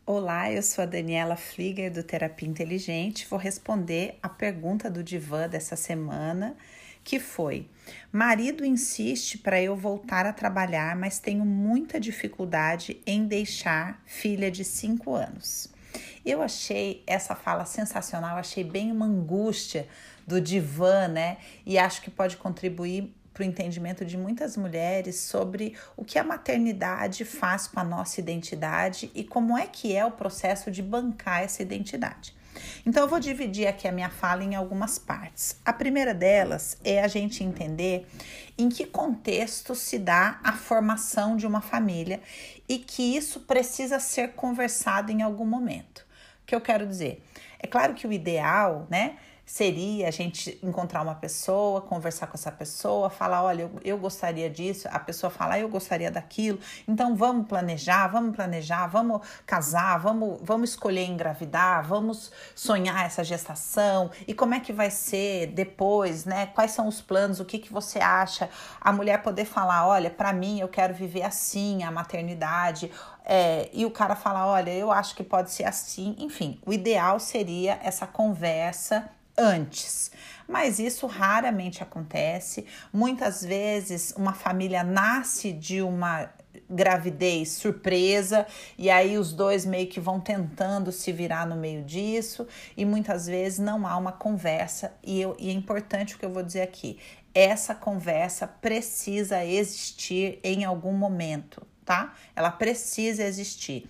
Olá, eu sou a Daniela Flieger do Terapia Inteligente. Vou responder a pergunta do divã dessa semana, que foi: marido insiste para eu voltar a trabalhar, mas tenho muita dificuldade em deixar filha de 5 anos. Eu achei essa fala sensacional, achei bem uma angústia do divã, né? E acho que pode contribuir para o entendimento de muitas mulheres sobre o que a maternidade faz com a nossa identidade e como é que é o processo de bancar essa identidade. Então, eu vou dividir aqui a minha fala em algumas partes. A primeira delas é a gente entender em que contexto se dá a formação de uma família e que isso precisa ser conversado em algum momento. O que eu quero dizer? É claro que o ideal, né, seria a gente encontrar uma pessoa, conversar com essa pessoa, falar, olha, eu gostaria disso, a pessoa falar, eu gostaria daquilo, então vamos planejar, vamos casar, vamos escolher engravidar, vamos sonhar essa gestação, e como é que vai ser depois, né? Quais são os planos, o que você acha? A mulher poder falar, olha, para mim eu quero viver assim, a maternidade, e o cara fala, olha, eu acho que pode ser assim, enfim, o ideal seria essa conversa antes, mas isso raramente acontece. Muitas vezes uma família nasce de uma gravidez surpresa e aí os dois meio que vão tentando se virar no meio disso e muitas vezes não há uma conversa e é importante o que eu vou dizer aqui, essa conversa precisa existir em algum momento, tá? Ela precisa existir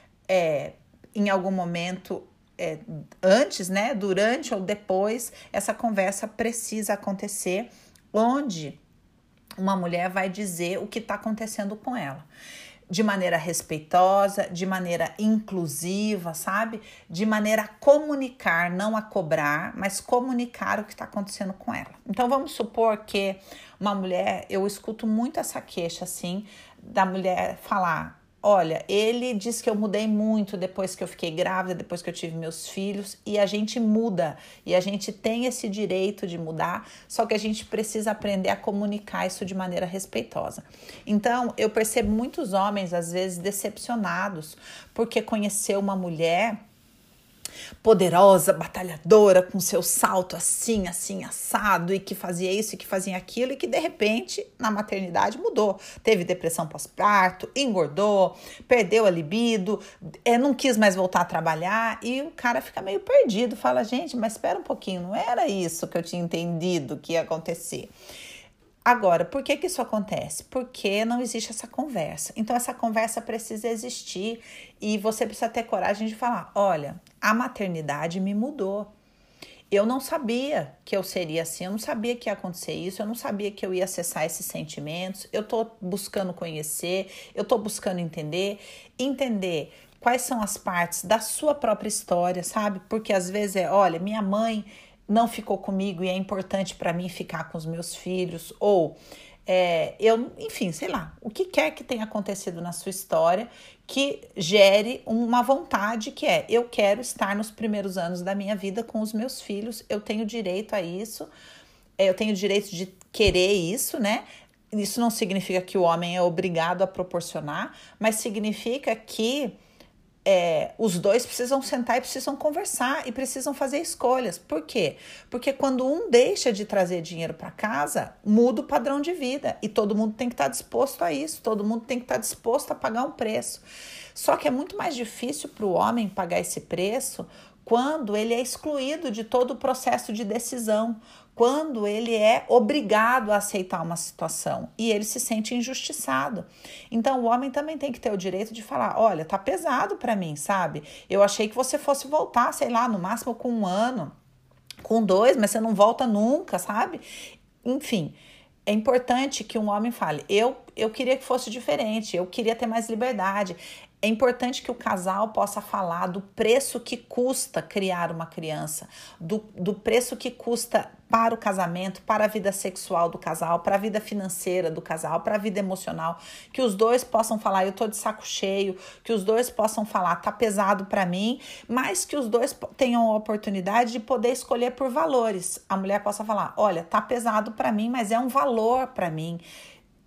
em algum momento, antes, né, durante ou depois, essa conversa precisa acontecer, onde uma mulher vai dizer o que está acontecendo com ela. De maneira respeitosa, de maneira inclusiva, sabe? De maneira a comunicar, não a cobrar, mas comunicar o que está acontecendo com ela. Então, vamos supor que uma mulher, eu escuto muito essa queixa, assim, da mulher falar: olha, ele diz que eu mudei muito depois que eu fiquei grávida, depois que eu tive meus filhos, e a gente muda, e a gente tem esse direito de mudar, só que a gente precisa aprender a comunicar isso de maneira respeitosa. Então, eu percebo muitos homens, às vezes, decepcionados, porque conheceu uma mulher poderosa, batalhadora, com seu salto assim, assado, e que fazia isso e que fazia aquilo, e que de repente, na maternidade, mudou. Teve depressão pós-parto, engordou, perdeu a libido, não quis mais voltar a trabalhar, e o cara fica meio perdido, fala, gente, mas espera um pouquinho, não era isso que eu tinha entendido que ia acontecer. Agora, por que isso acontece? Porque não existe essa conversa. Então, essa conversa precisa existir e você precisa ter coragem de falar, olha, a maternidade me mudou. Eu não sabia que eu seria assim, eu não sabia que ia acontecer isso, eu não sabia que eu ia acessar esses sentimentos, eu tô buscando conhecer, eu tô buscando entender quais são as partes da sua própria história, sabe? Porque às vezes olha, minha mãe não ficou comigo e é importante para mim ficar com os meus filhos, ou enfim, sei lá, o que quer que tenha acontecido na sua história que gere uma vontade que eu quero estar nos primeiros anos da minha vida com os meus filhos, eu tenho direito a isso, eu tenho direito de querer isso, né? Isso não significa que o homem é obrigado a proporcionar, mas significa que os dois precisam sentar e precisam conversar e precisam fazer escolhas. Por quê? Porque quando um deixa de trazer dinheiro para casa, muda o padrão de vida e todo mundo tem que estar disposto a isso, todo mundo tem que estar disposto a pagar um preço. Só que é muito mais difícil para o homem pagar esse preço quando ele é excluído de todo o processo de decisão, quando ele é obrigado a aceitar uma situação e ele se sente injustiçado. Então, o homem também tem que ter o direito de falar, olha, tá pesado para mim, sabe? Eu achei que você fosse voltar, sei lá, no máximo com 1 ano, com 2, mas você não volta nunca, sabe? Enfim, é importante que um homem fale, eu queria que fosse diferente, eu queria ter mais liberdade. É importante que o casal possa falar do preço que custa criar uma criança, do preço que custa para o casamento, para a vida sexual do casal, para a vida financeira do casal, para a vida emocional, que os dois possam falar, eu tô de saco cheio, que os dois possam falar, tá pesado para mim, mas que os dois tenham a oportunidade de poder escolher por valores. A mulher possa falar, olha, tá pesado para mim, mas é um valor para mim.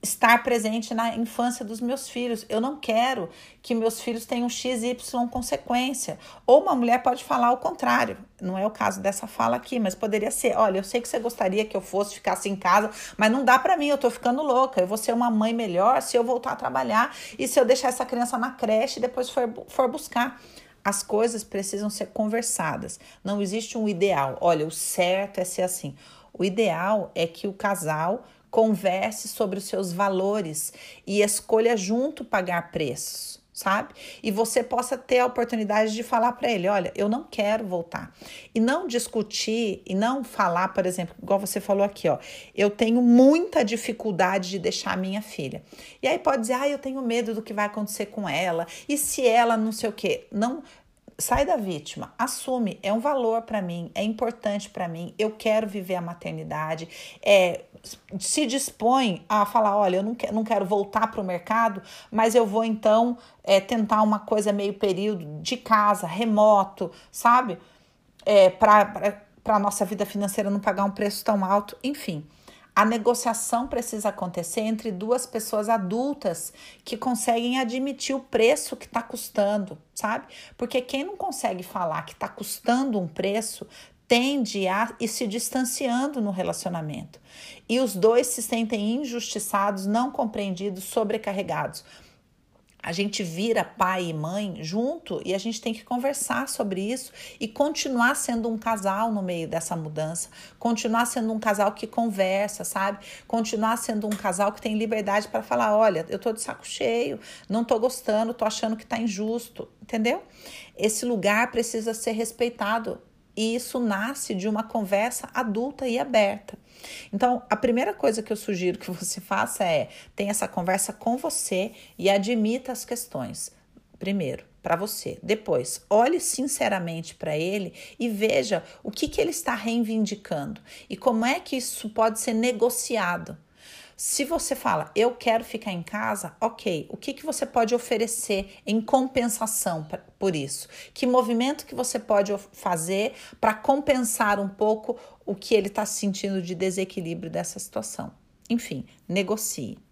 estar presente na infância dos meus filhos. Eu não quero que meus filhos tenham X, Y consequência. Ou uma mulher pode falar o contrário. Não é o caso dessa fala aqui, mas poderia ser. Olha, eu sei que você gostaria que eu ficasse em casa, mas não dá pra mim, eu tô ficando louca. Eu vou ser uma mãe melhor se eu voltar a trabalhar e se eu deixar essa criança na creche e depois for buscar. As coisas precisam ser conversadas. Não existe um ideal. Olha, o certo é ser assim. O ideal é que o casal converse sobre os seus valores e escolha junto pagar preços, sabe? E você possa ter a oportunidade de falar para ele, olha, eu não quero voltar. E não discutir e não falar, por exemplo, igual você falou aqui, ó, eu tenho muita dificuldade de deixar a minha filha. E aí pode dizer, eu tenho medo do que vai acontecer com ela, e se ela não sei o quê. Não, sai da vítima, assume, é um valor para mim, é importante para mim, eu quero viver a maternidade, se dispõe a falar, olha, eu não quero voltar para o mercado, mas eu vou então tentar uma coisa meio período de casa, remoto, sabe? Para a nossa vida financeira não pagar um preço tão alto, enfim. A negociação precisa acontecer entre duas pessoas adultas que conseguem admitir o preço que está custando, sabe? Porque quem não consegue falar que está custando um preço tende a ir se distanciando no relacionamento. E os dois se sentem injustiçados, não compreendidos, sobrecarregados. A gente vira pai e mãe junto e a gente tem que conversar sobre isso e continuar sendo um casal no meio dessa mudança, continuar sendo um casal que conversa, sabe? Continuar sendo um casal que tem liberdade para falar, olha, eu tô de saco cheio, não tô gostando, tô achando que tá injusto, entendeu? Esse lugar precisa ser respeitado e isso nasce de uma conversa adulta e aberta. Então, a primeira coisa que eu sugiro que você faça tenha essa conversa com você e admita as questões. Primeiro, para você. Depois, olhe sinceramente para ele e veja o que ele está reivindicando e como é que isso pode ser negociado. Se você fala, eu quero ficar em casa, ok, o que você pode oferecer em compensação por isso? Que movimento que você pode fazer para compensar um pouco o que ele está sentindo de desequilíbrio dessa situação? Enfim, negocie.